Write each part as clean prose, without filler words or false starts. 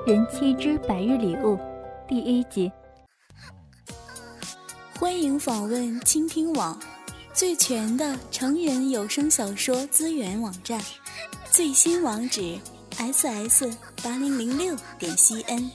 人妻之百日礼物第1集。 欢迎访问倾听网，最全的成人有声小说资源网站，最新网址 ss8006.cn。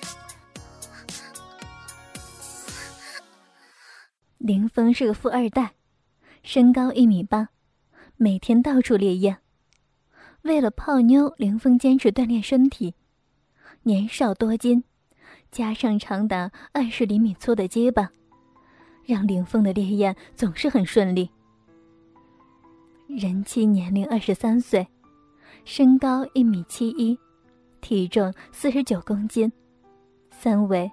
林峰是个富二代，身高1.8米，每天到处猎艳。为了泡妞，林峰坚持锻炼身体，年少多金，加上长达20厘米粗的结巴，让林峰的猎艳总是很顺利。人妻年龄23岁，身高1.71米，体重49公斤，三围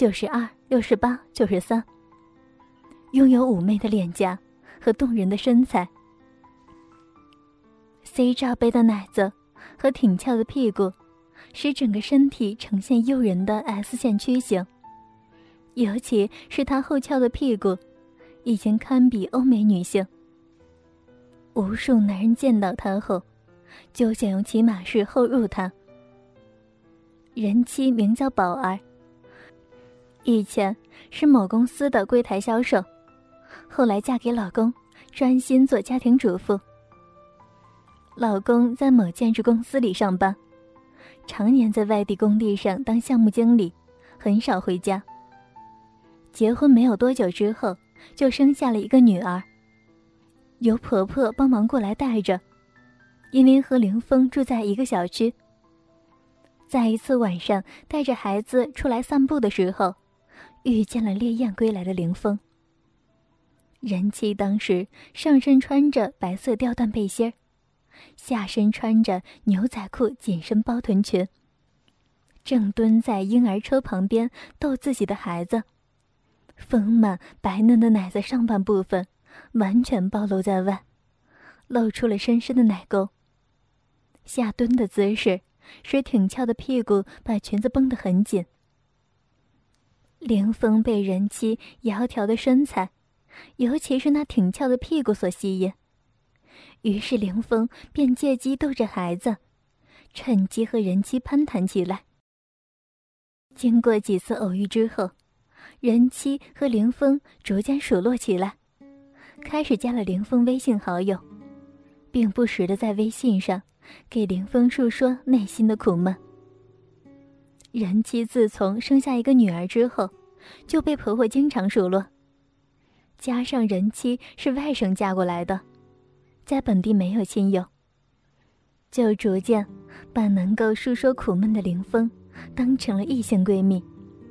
92、68、93，拥有妩媚的脸颊和动人的身材。C 罩杯的奶子和挺翘的屁股使整个身体呈现诱人的 S 线曲形，尤其是她后翘的屁股已经堪比欧美女性。无数男人见到她后就想用骑马式后入她。人妻名叫宝儿，以前是某公司的柜台销售，后来嫁给老公，专心做家庭主妇。老公在某建筑公司里上班，常年在外地工地上当项目经理，很少回家。结婚没有多久之后，就生下了一个女儿，由婆婆帮忙过来带着，因为和林峰住在一个小区。在一次晚上带着孩子出来散步的时候，遇见了猎艳归来的林峰。人妻当时上身穿着白色吊带背心，下身穿着牛仔裤紧身包臀裙，正蹲在婴儿车旁边逗自己的孩子，丰满白嫩的奶子上半部分完全暴露在外，露出了深深的奶沟。下蹲的姿势使挺翘的屁股把裙子绷得很紧。林峰被人妻窈窕的身材，尤其是那挺翘的屁股所吸引，于是林峰便借机逗着孩子，趁机和人妻攀谈起来。经过几次偶遇之后，人妻和林峰逐渐熟络起来，开始加了林峰微信好友，并不时地在微信上给林峰述说内心的苦闷。人妻自从生下一个女儿之后，就被婆婆经常数落，加上人妻是外省嫁过来的，在本地没有亲友，就逐渐把能够述说苦闷的林峰当成了异性闺蜜。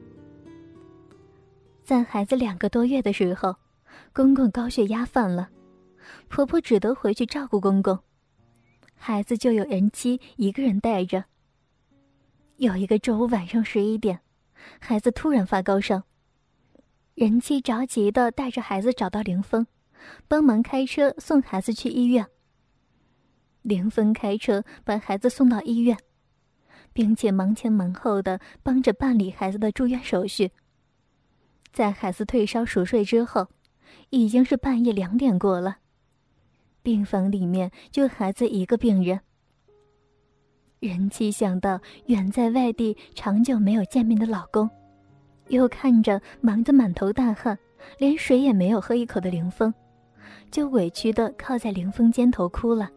在孩子2个多月的时候，公公高血压犯了，婆婆只得回去照顾公公，孩子就由人妻一个人带着。有一个周五晚上11点，孩子突然发高烧，人妻着急地带着孩子找到林峰，帮忙开车送孩子去医院。林峰开车把孩子送到医院，并且忙前忙后地帮着办理孩子的住院手续。在孩子退烧熟睡之后，已经是半夜2点过了，病房里面就孩子一个病人。人妻想到远在外地长久没有见面的老公，又看着忙得满头大汗连水也没有喝一口的林峰，就委屈地靠在林峰肩头哭了。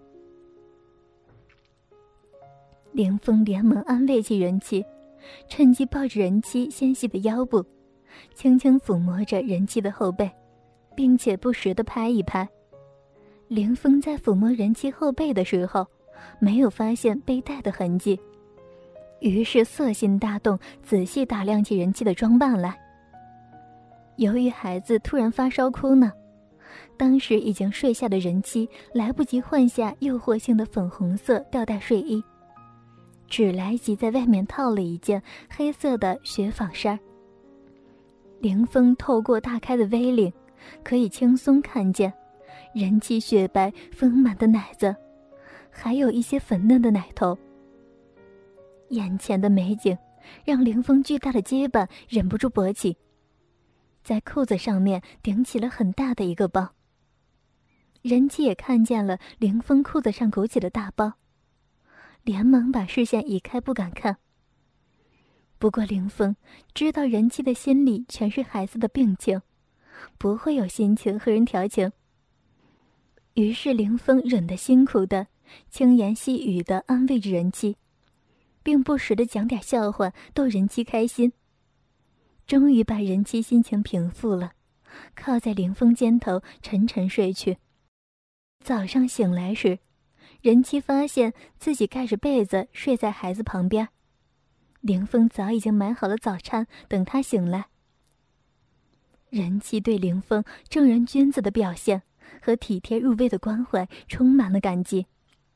林峰连忙安慰起人妻，趁机抱着人妻纤细的腰部，轻轻抚摸着人妻的后背，并且不时地拍一拍。林峰在抚摸人妻后背的时候，没有发现背带的痕迹，于是色心大动，仔细打量起人妻的装扮来。由于孩子突然发烧哭呢，当时已经睡下的人妻来不及换下诱惑性的粉红色吊带睡衣，只来及在外面套了一件黑色的雪纺衫。林峰透过大开的 V 领，可以轻松看见人妻雪白丰满的奶子，还有一些粉嫩的奶头。眼前的美景让林峰巨大的结巴忍不住勃起，在裤子上面顶起了很大的一个包。人妻也看见了林峰裤子上鼓起的大包，连忙把视线移开，不敢看。 不过凌风知道人妻的心里全是孩子的病情，不会有心情和人调情。于是凌风忍得辛苦的轻言细语的安慰着人妻，并不时的讲点笑话逗人妻开心。终于把人妻心情平复了，靠在凌风肩头沉沉睡去。早上醒来时，人妻发现自己盖着被子睡在孩子旁边，凌风早已经买好了早餐等他醒来。人妻对凌风正人君子的表现和体贴入微的关怀充满了感激。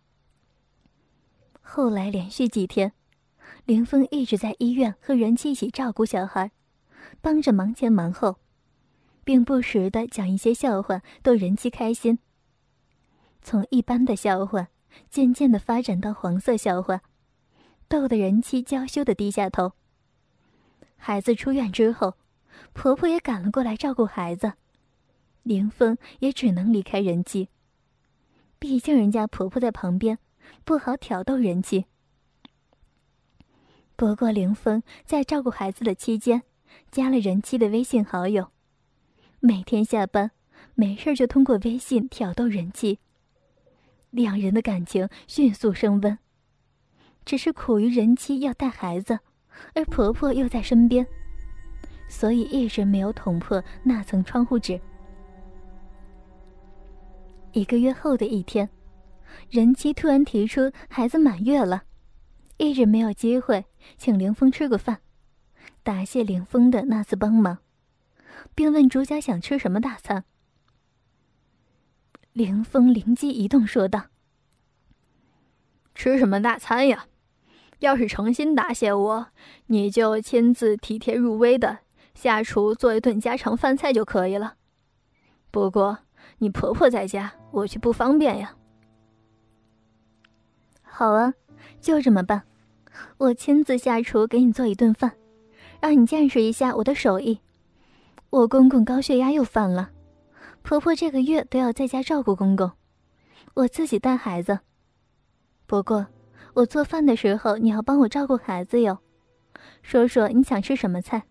后来连续几天，凌风一直在医院和人妻一起照顾小孩，帮着忙前忙后，并不时地讲一些笑话逗人妻开心。从一般的笑话渐渐地发展到黄色笑话，逗得人妻娇羞地低下头。孩子出院之后，婆婆也赶了过来照顾孩子，凌风也只能离开人妻，毕竟人家婆婆在旁边，不好挑逗人妻。不过凌风在照顾孩子的期间，加了人妻的微信好友，每天下班没事就通过微信挑逗人妻，两人的感情迅速升温。只是苦于人妻要带孩子，而婆婆又在身边，所以一直没有捅破那层窗户纸。1个月后的一天，人妻突然提出孩子满月了，一直没有机会请凌风吃个饭，答谢凌风的那次帮忙，并问主角想吃什么大餐。凌风灵机一动说道：吃什么大餐呀？要是诚心答谢我，你就亲自体贴入微的下厨做一顿家常饭菜就可以了。不过你婆婆在家，我去不方便呀。好啊，就这么办，我亲自下厨给你做一顿饭，让你见识一下我的手艺。我公公高血压又犯了，婆婆这个月都要在家照顾公公，我自己带孩子。不过我做饭的时候你要帮我照顾孩子哟。说说你想吃什么菜？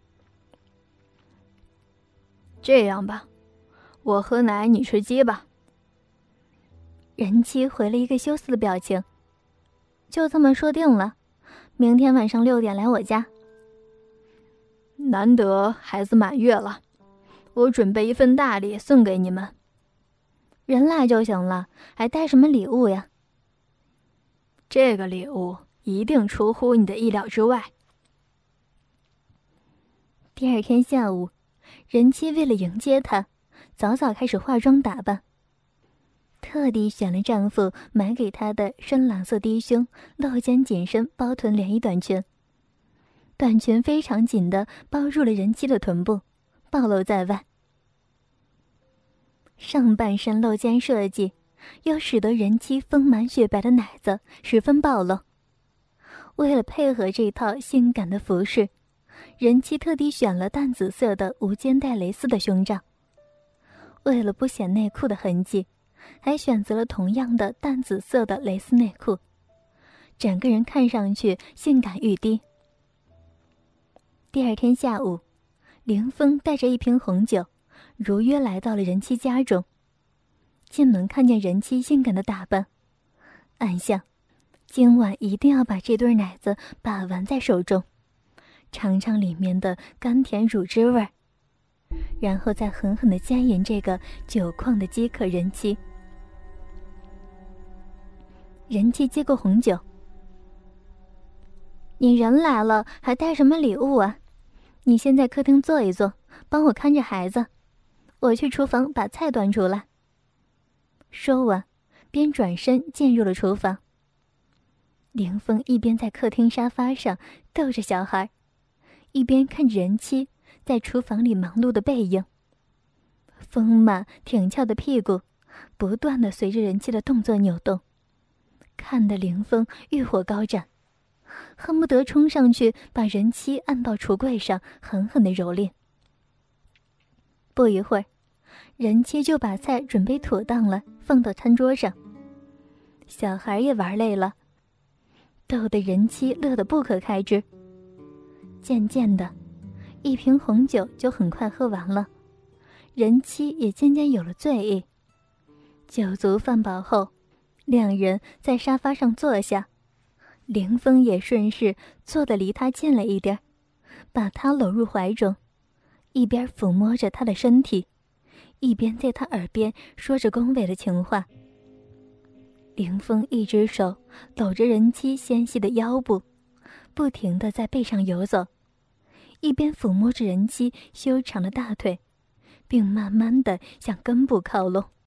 这样吧，我喝奶，你吃鸡吧。人妻回了一个羞涩的表情。就这么说定了，明天晚上6点来我家。难得孩子满月了，我准备一份大礼送给你们。人来就行了，还带什么礼物呀？这个礼物一定出乎你的意料之外。第2天下午，人妻为了迎接他，早早开始化妆打扮，特地选了丈夫买给她的深蓝色低胸、露肩紧身包臀连衣短裙。短裙非常紧地包住了人妻的臀部，暴露在外。上半身露肩设计，又使得人妻丰满雪白的奶子十分暴露。为了配合这套性感的服饰，人妻特地选了淡紫色的无肩带蕾丝的胸罩。为了不显内裤的痕迹，还选择了同样的淡紫色的蕾丝内裤，整个人看上去性感欲滴。第2天下午，凌风带着一瓶红酒，如约来到了人妻家中。进门看见人妻性感的打扮，暗想今晚一定要把这对奶子把玩在手中，尝尝里面的甘甜乳汁味，然后再狠狠地奸淫这个酒旷的饥渴人妻。人妻接过红酒：你人来了，还带什么礼物啊？你先在客厅坐一坐，帮我看着孩子，我去厨房把菜端出来。说完，便转身进入了厨房。凌风一边在客厅沙发上逗着小孩，一边看着人妻在厨房里忙碌的背影。丰满挺翘的屁股不断地随着人妻的动作扭动，看得凌风欲火高涨，恨不得冲上去把人妻按到橱柜上狠狠地蹂躏。不一会儿，人妻就把菜准备妥当了，放到餐桌上。小孩也玩累了，逗得人妻乐得不可开支。 渐渐的，一瓶红酒就很快喝完了，人妻也渐渐有了醉意。酒足饭饱后，两人在沙发上坐下，凌风也顺势坐得离他近了一点，把他搂入怀中，一边抚摸着他的身体，一边在他耳边说着恭维的情话。凌风一只手搂着人妻纤细的腰部，不停地在背上游走，一边抚摸着人妻修长的大腿，并慢慢地向根部靠拢。